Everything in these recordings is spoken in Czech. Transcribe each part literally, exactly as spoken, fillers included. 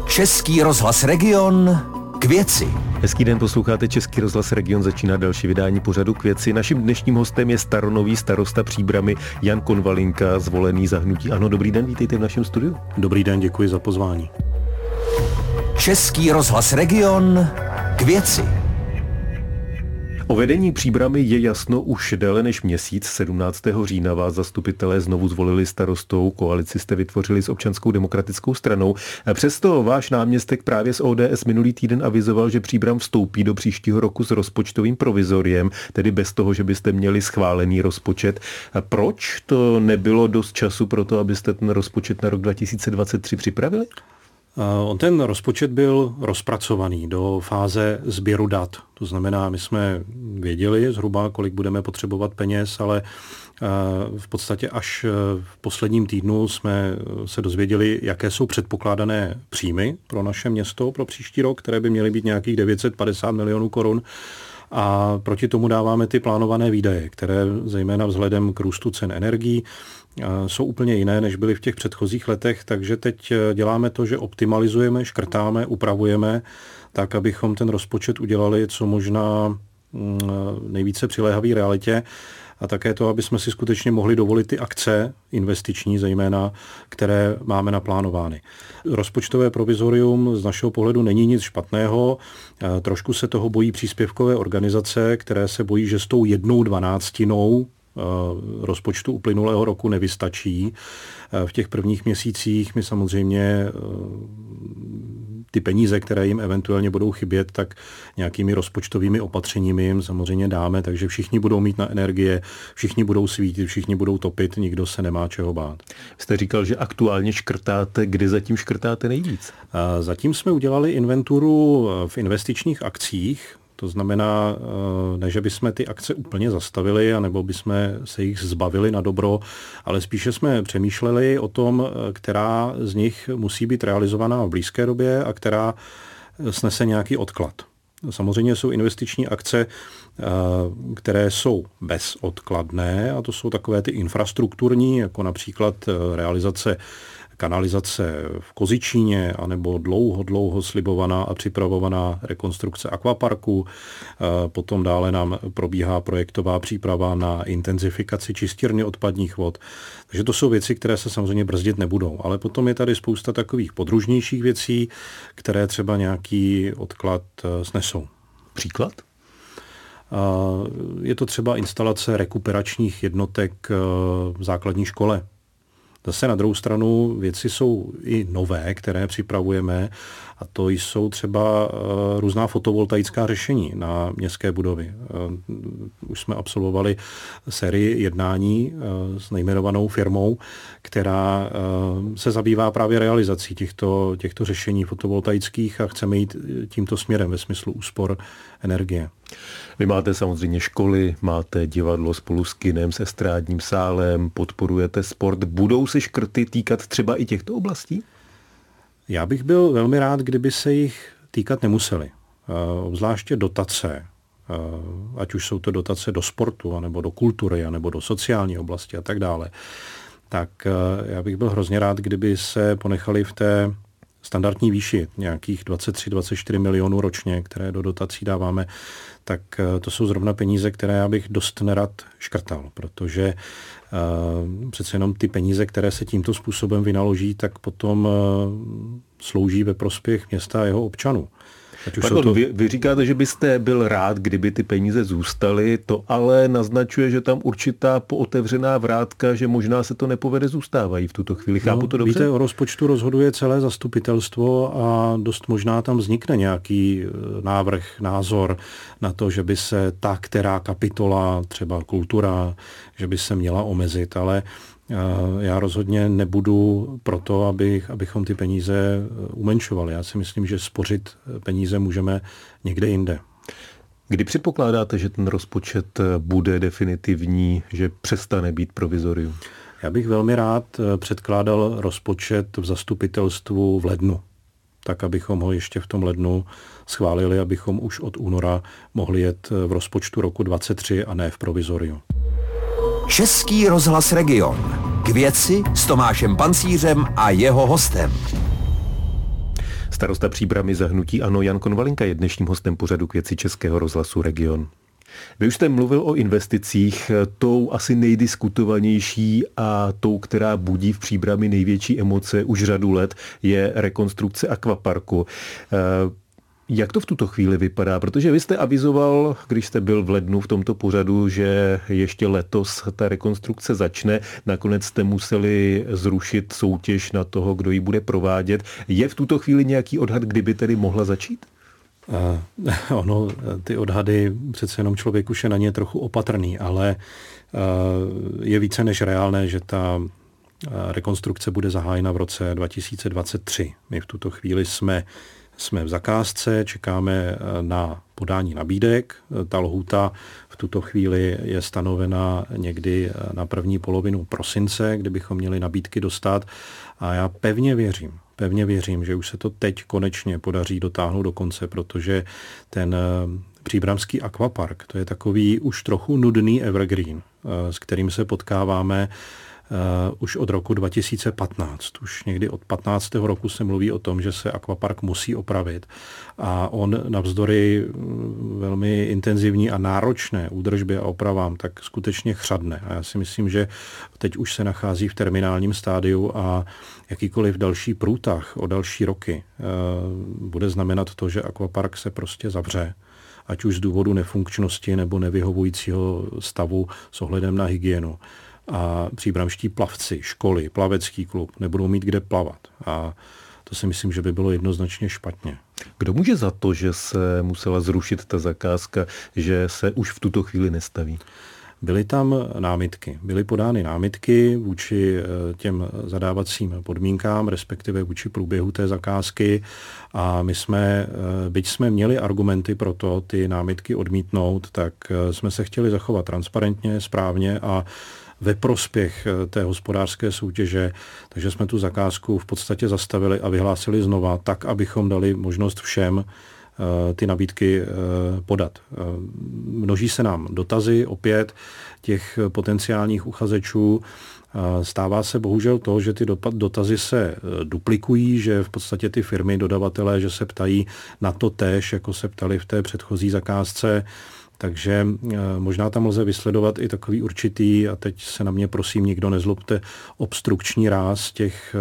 Český rozhlas Region k věci. Hezký den, posloucháte Český rozhlas Region, začíná další vydání pořadu K věci. Naším dnešním hostem je staronový starosta Příbrami Jan Konvalinka, zvolený za hnutí ANO. Dobrý den, vítejte v našem studiu. Dobrý den, děkuji za pozvání. Český rozhlas Region k věci. O vedení Příbrami je jasno už déle než měsíc. sedmnáctého října vás zastupitelé znovu zvolili starostou, koalici jste vytvořili s Občanskou demokratickou stranou. Přesto váš náměstek právě z O D S minulý týden avizoval, že Příbram vstoupí do příštího roku s rozpočtovým provizoriem, tedy bez toho, že byste měli schválený rozpočet. Proč to nebylo dost času pro to, abyste ten rozpočet na rok dva tisíce dvacet tři připravili? On ten rozpočet byl rozpracovaný do fáze sběru dat. To znamená, my jsme věděli zhruba, kolik budeme potřebovat peněz, ale v podstatě až v posledním týdnu jsme se dozvěděli, jaké jsou předpokládané příjmy pro naše město pro příští rok, které by měly být nějakých devět set padesát milionů korun. A proti tomu dáváme ty plánované výdaje, které zejména vzhledem k růstu cen energií jsou úplně jiné, než byly v těch předchozích letech, takže teď děláme to, že optimalizujeme, škrtáme, upravujeme, tak, abychom ten rozpočet udělali co možná nejvíce přiléhavý realitě a také to, aby jsme si skutečně mohli dovolit ty akce investiční zejména, které máme naplánovány. Rozpočtové provizorium z našeho pohledu není nic špatného, trošku se toho bojí příspěvkové organizace, které se bojí, že s tou jednou dvanáctinou rozpočtu uplynulého roku nevystačí. V těch prvních měsících my samozřejmě ty peníze, které jim eventuálně budou chybět, tak nějakými rozpočtovými opatřeními jim samozřejmě dáme, takže všichni budou mít na energie, všichni budou svítit, všichni budou topit, nikdo se nemá čeho bát. Jste říkal, že aktuálně škrtáte, kdy zatím škrtáte nejvíc? Zatím jsme udělali inventuru v investičních akcích. To znamená, ne, že bychom ty akce úplně zastavili, anebo bychom se jich zbavili na dobro, ale spíše jsme přemýšleli o tom, která z nich musí být realizovaná v blízké době a která snese nějaký odklad. Samozřejmě jsou investiční akce, které jsou bezodkladné, a to jsou takové ty infrastrukturní, jako například realizace kanalizace v Kozičíně, anebo dlouho, dlouho slibovaná a připravovaná rekonstrukce akvaparku. Potom dále nám probíhá projektová příprava na intenzifikaci čistírny odpadních vod. Takže to jsou věci, které se samozřejmě brzdit nebudou. Ale potom je tady spousta takových podružnějších věcí, které třeba nějaký odklad snesou. Příklad? Je to třeba instalace rekuperačních jednotek v základní škole. Zase na druhou stranu věci jsou i nové, které připravujeme, a to jsou třeba různá fotovoltaická řešení na městské budovy. Už jsme absolvovali sérii jednání s nejmenovanou firmou, která se zabývá právě realizací těchto, těchto řešení fotovoltaických a chceme jít tímto směrem ve smyslu úspor energie. Vy máte samozřejmě školy, máte divadlo spolu s kinem, s estrádním sálem, podporujete sport. Budou se škrty týkat třeba i těchto oblastí? Já bych byl velmi rád, kdyby se jich týkat nemuseli. Obzvláště dotace, ať už jsou to dotace do sportu, anebo do kultury, anebo do sociální oblasti a tak dále. Tak já bych byl hrozně rád, kdyby se ponechali v té standardní výši nějakých dvacet tři dvacet čtyři milionů ročně, které do dotací dáváme, tak to jsou zrovna peníze, které já bych dost nerad škrtal, protože uh, přece jenom ty peníze, které se tímto způsobem vynaloží, tak potom uh, slouží ve prospěch města a jeho občanů. Pardon, to... vy, vy říkáte, že byste byl rád, kdyby ty peníze zůstaly, to ale naznačuje, že tam určitá pootevřená vrátka, že možná se to nepovede, zůstávají v tuto chvíli. Chápu no, to dobře? Víte, o rozpočtu rozhoduje celé zastupitelstvo a dost možná tam vznikne nějaký návrh, názor na to, že by se ta, která kapitola, třeba kultura, že by se měla omezit, ale já rozhodně nebudu proto, abych, abychom ty peníze umenšovali. Já si myslím, že spořit peníze můžeme někde jinde. Kdy předpokládáte, že ten rozpočet bude definitivní, že přestane být provizorium? Já bych velmi rád předkládal rozpočet v zastupitelstvu v lednu, tak abychom ho ještě v tom lednu schválili, abychom už od února mohli jet v rozpočtu roku dvacet tři a ne v provizoriu. Český rozhlas Region. K věci s Tomášem Pancířem a jeho hostem. Starosta Příbrami za hnutí ANO Jan Konvalinka je dnešním hostem pořadu K věci Českého rozhlasu Region. Vy už jste mluvil o investicích, tou asi nejdiskutovanější a tou, která budí v Příbrami největší emoce už řadu let, je rekonstrukce akvaparku. Jak to v tuto chvíli vypadá? Protože vy jste avizoval, když jste byl v lednu v tomto pořadu, že ještě letos ta rekonstrukce začne. Nakonec jste museli zrušit soutěž na toho, kdo ji bude provádět. Je v tuto chvíli nějaký odhad, kdyby tedy mohla začít? Uh, ono, ty odhady, přece jenom člověk už je na ně trochu opatrný, ale uh, je více než reálné, že ta uh, rekonstrukce bude zahájena v roce dva tisíce dvacet tři. My v tuto chvíli jsme Jsme v zakázce, čekáme na podání nabídek. Ta lhůta v tuto chvíli je stanovena někdy na první polovinu prosince, kdy bychom měli nabídky dostat. A já pevně věřím, pevně věřím, že už se to teď konečně podaří dotáhnout do konce, protože ten příbramský akvapark, to je takový už trochu nudný evergreen, s kterým se potkáváme Uh, už od roku dva tisíce patnáct. Už někdy od patnáctého roku se mluví o tom, že se akvapark musí opravit a on navzdory velmi intenzivní a náročné údržbě a opravám tak skutečně chřadne. A já si myslím, že teď už se nachází v terminálním stádiu a jakýkoliv další průtah o další roky uh, bude znamenat to, že akvapark se prostě zavře, ať už z důvodu nefunkčnosti nebo nevyhovujícího stavu s ohledem na hygienu. A příbramští plavci, školy, plavecký klub nebudou mít kde plavat. A to si myslím, že by bylo jednoznačně špatně. Kdo může za to, že se musela zrušit ta zakázka, že se už v tuto chvíli nestaví? Byly tam námitky. Byly podány námitky vůči těm zadávacím podmínkám, respektive vůči průběhu té zakázky. A my jsme, byť jsme měli argumenty pro to ty námitky odmítnout, tak jsme se chtěli zachovat transparentně, správně a ve prospěch té hospodářské soutěže, takže jsme tu zakázku v podstatě zastavili a vyhlásili znova tak, abychom dali možnost všem ty nabídky podat. Množí se nám dotazy opět těch potenciálních uchazečů. Stává se bohužel to, že ty dotazy se duplikují, že v podstatě ty firmy, dodavatelé, že se ptají na to též, jako se ptali v té předchozí zakázce. Takže možná tam lze vysledovat i takový určitý, a teď se na mě prosím nikdo nezlobte, obstrukční ráz těch,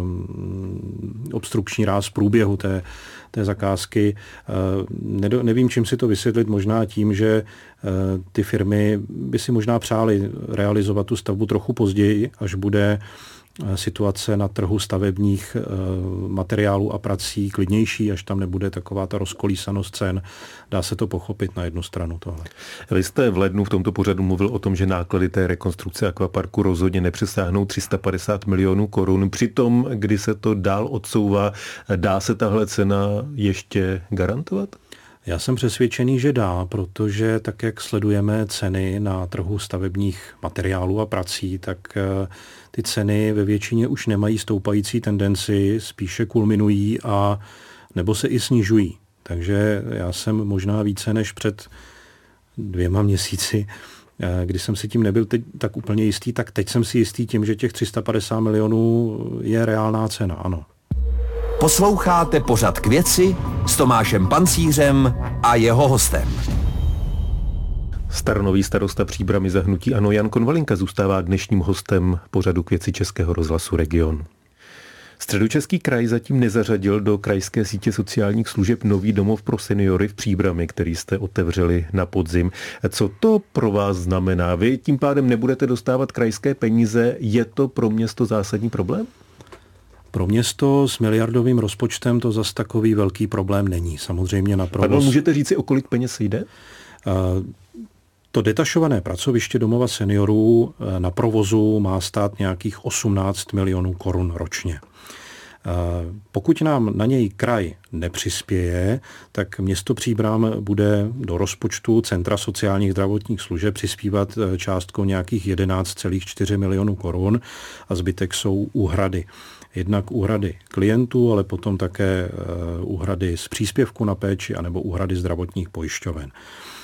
obstrukční ráz průběhu té, té zakázky. Nevím, čím si to vysvětlit, možná tím, že ty firmy by si možná přály realizovat tu stavbu trochu později, až bude situace na trhu stavebních materiálů a prací klidnější, až tam nebude taková ta rozkolísanost cen. Dá se to pochopit na jednu stranu tohle. Vy jste v lednu v tomto pořadu mluvil o tom, že náklady té rekonstrukce akvaparku rozhodně nepřesáhnou tři sta padesát milionů korun. Přitom, kdy se to dál odsouvá, dá se tahle cena ještě garantovat? Já jsem přesvědčený, že dá, protože tak, jak sledujeme ceny na trhu stavebních materiálů a prací, tak ty ceny ve většině už nemají stoupající tendenci, spíše kulminují a nebo se i snižují. Takže já jsem možná více než před dvěma měsíci, kdy jsem si tím nebyl teď tak úplně jistý, tak teď jsem si jistý tím, že těch tři sta padesát milionů je reálná cena, ano. Posloucháte pořad K věci s Tomášem Pancířem a jeho hostem. Staronový starosta Příbrami za hnutí ANO Jan Konvalinka zůstává dnešním hostem pořadu K věci Českého rozhlasu Region. Středočeský kraj zatím nezařadil do krajské sítě sociálních služeb nový domov pro seniory v Příbrami, který jste otevřeli na podzim. Co to pro vás znamená? Vy tím pádem nebudete dostávat krajské peníze. Je to pro město zásadní problém? Pro město s miliardovým rozpočtem to zas takový velký problém není. Samozřejmě na provoz... Pardon, můžete říct si, o kolik peněz jde? To detašované pracoviště domova seniorů na provozu má stát nějakých osmnáct milionů korun ročně. Pokud nám na něj kraj nepřispěje, tak město Příbram bude do rozpočtu Centra sociálních zdravotních služeb přispívat částkou nějakých jedenáct celá čtyři milionů korun a zbytek jsou úhrady. Jednak úhrady klientů, ale potom také úhrady z příspěvku na péči anebo úhrady zdravotních pojišťoven.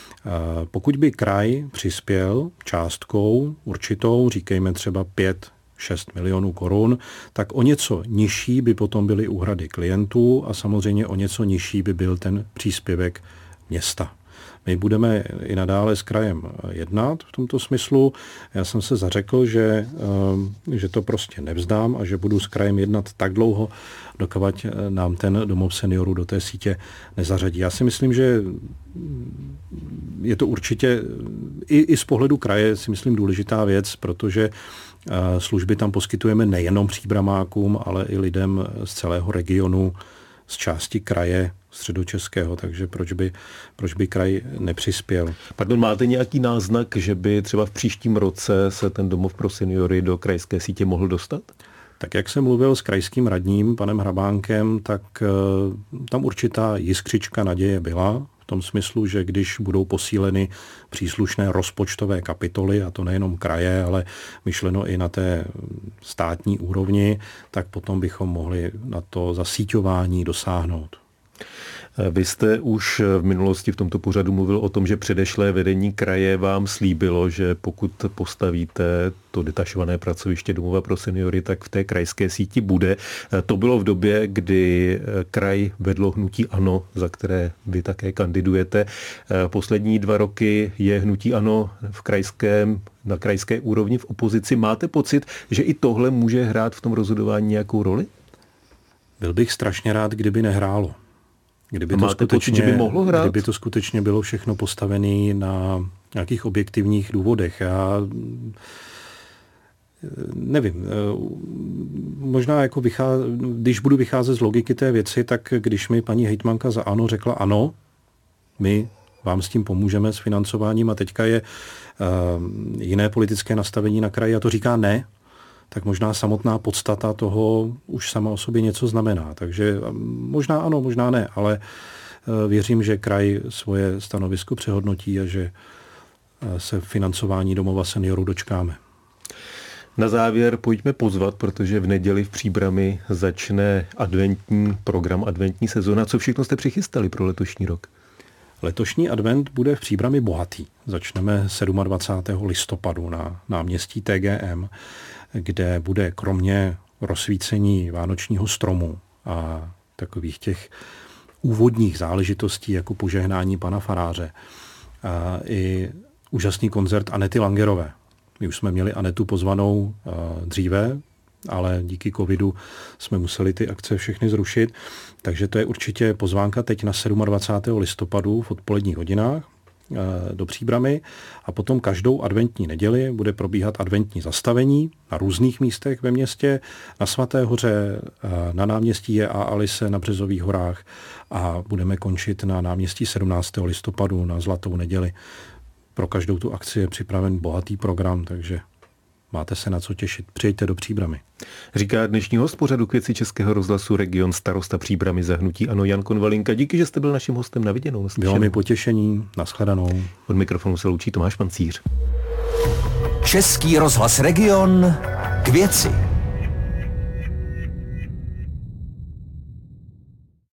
Pokud by kraj přispěl částkou určitou, říkejme třeba pět šest milionů korun, tak o něco nižší by potom byly úhrady klientů a samozřejmě o něco nižší by byl ten příspěvek města. My budeme i nadále s krajem jednat v tomto smyslu. Já jsem se zařekl, že, že to prostě nevzdám a že budu s krajem jednat tak dlouho, dokud nám ten domov seniorů do té sítě nezařadí. Já si myslím, že je to určitě i, i z pohledu kraje si myslím důležitá věc, protože služby tam poskytujeme nejenom příbramákům, ale i lidem z celého regionu, z části kraje středočeského, takže proč by, proč by kraj nepřispěl. Pardon, máte nějaký náznak, že by třeba v příštím roce se ten domov pro seniory do krajské sítě mohl dostat? Tak jak jsem mluvil s krajským radním, panem Hrabánkem, tak uh, tam určitá jiskřička naděje byla, v tom smyslu, že když budou posíleny příslušné rozpočtové kapitoly, a to nejenom kraje, ale myšleno i na té státní úrovni, tak potom bychom mohli na to zasíťování dosáhnout. Vy jste už v minulosti v tomto pořadu mluvil o tom, že předešlé vedení kraje vám slíbilo, že pokud postavíte to detašované pracoviště domova pro seniory, tak v té krajské síti bude. To bylo v době, kdy kraj vedlo hnutí ANO, za které vy také kandidujete. Poslední dva roky je hnutí ANO v krajském, na krajské úrovni v opozici. Máte pocit, že i tohle může hrát v tom rozhodování nějakou roli? Byl bych strašně rád, kdyby nehrálo. Kdyby to, skutečně, pocit, že by mohlo hrát? Kdyby to skutečně bylo všechno postavené na nějakých objektivních důvodech. Já nevím, možná jako vychá, když budu vycházet z logiky té věci, tak když mi paní hejtmanka za ANO řekla ano, my vám s tím pomůžeme s financováním a teďka je uh, jiné politické nastavení na kraji a to říká ne, tak možná samotná podstata toho už sama o sobě něco znamená. Takže možná ano, možná ne, ale věřím, že kraj svoje stanovisko přehodnotí a že se financování domova seniorů dočkáme. Na závěr pojďme pozvat, protože v neděli v Příbrami začne adventní program, adventní sezona. Co všechno jste přichystali pro letošní rok? Letošní advent bude v Příbrami bohatý. Začneme dvacátého sedmého listopadu na náměstí T G M, kde bude kromě rozsvícení vánočního stromu a takových těch úvodních záležitostí jako požehnání pana faráře a i úžasný koncert Anety Langerové. My už jsme měli Anetu pozvanou dříve, ale díky covidu jsme museli ty akce všechny zrušit, takže to je určitě pozvánka teď na dvacátého sedmého listopadu v odpoledních hodinách do Příbramy a potom každou adventní neděli bude probíhat adventní zastavení na různých místech ve městě, na Svaté hoře, na náměstí J A Alice na Březových horách a budeme končit na náměstí sedmnáctého listopadu na Zlatou neděli. Pro každou tu akci je připraven bohatý program, takže máte se na co těšit. Přijďte do Příbramy. Říká dnešní host pořadu K věci Českého rozhlasu Region, starosta Příbramy za hnutí ANO Jan Konvalinka. Díky, že jste byl naším hostem. Na viděnou. Naslyšenou. Bylo mi potěšení. Nashledanou. Od mikrofonu se loučí Tomáš Pancíř. Český rozhlas Region, K věci.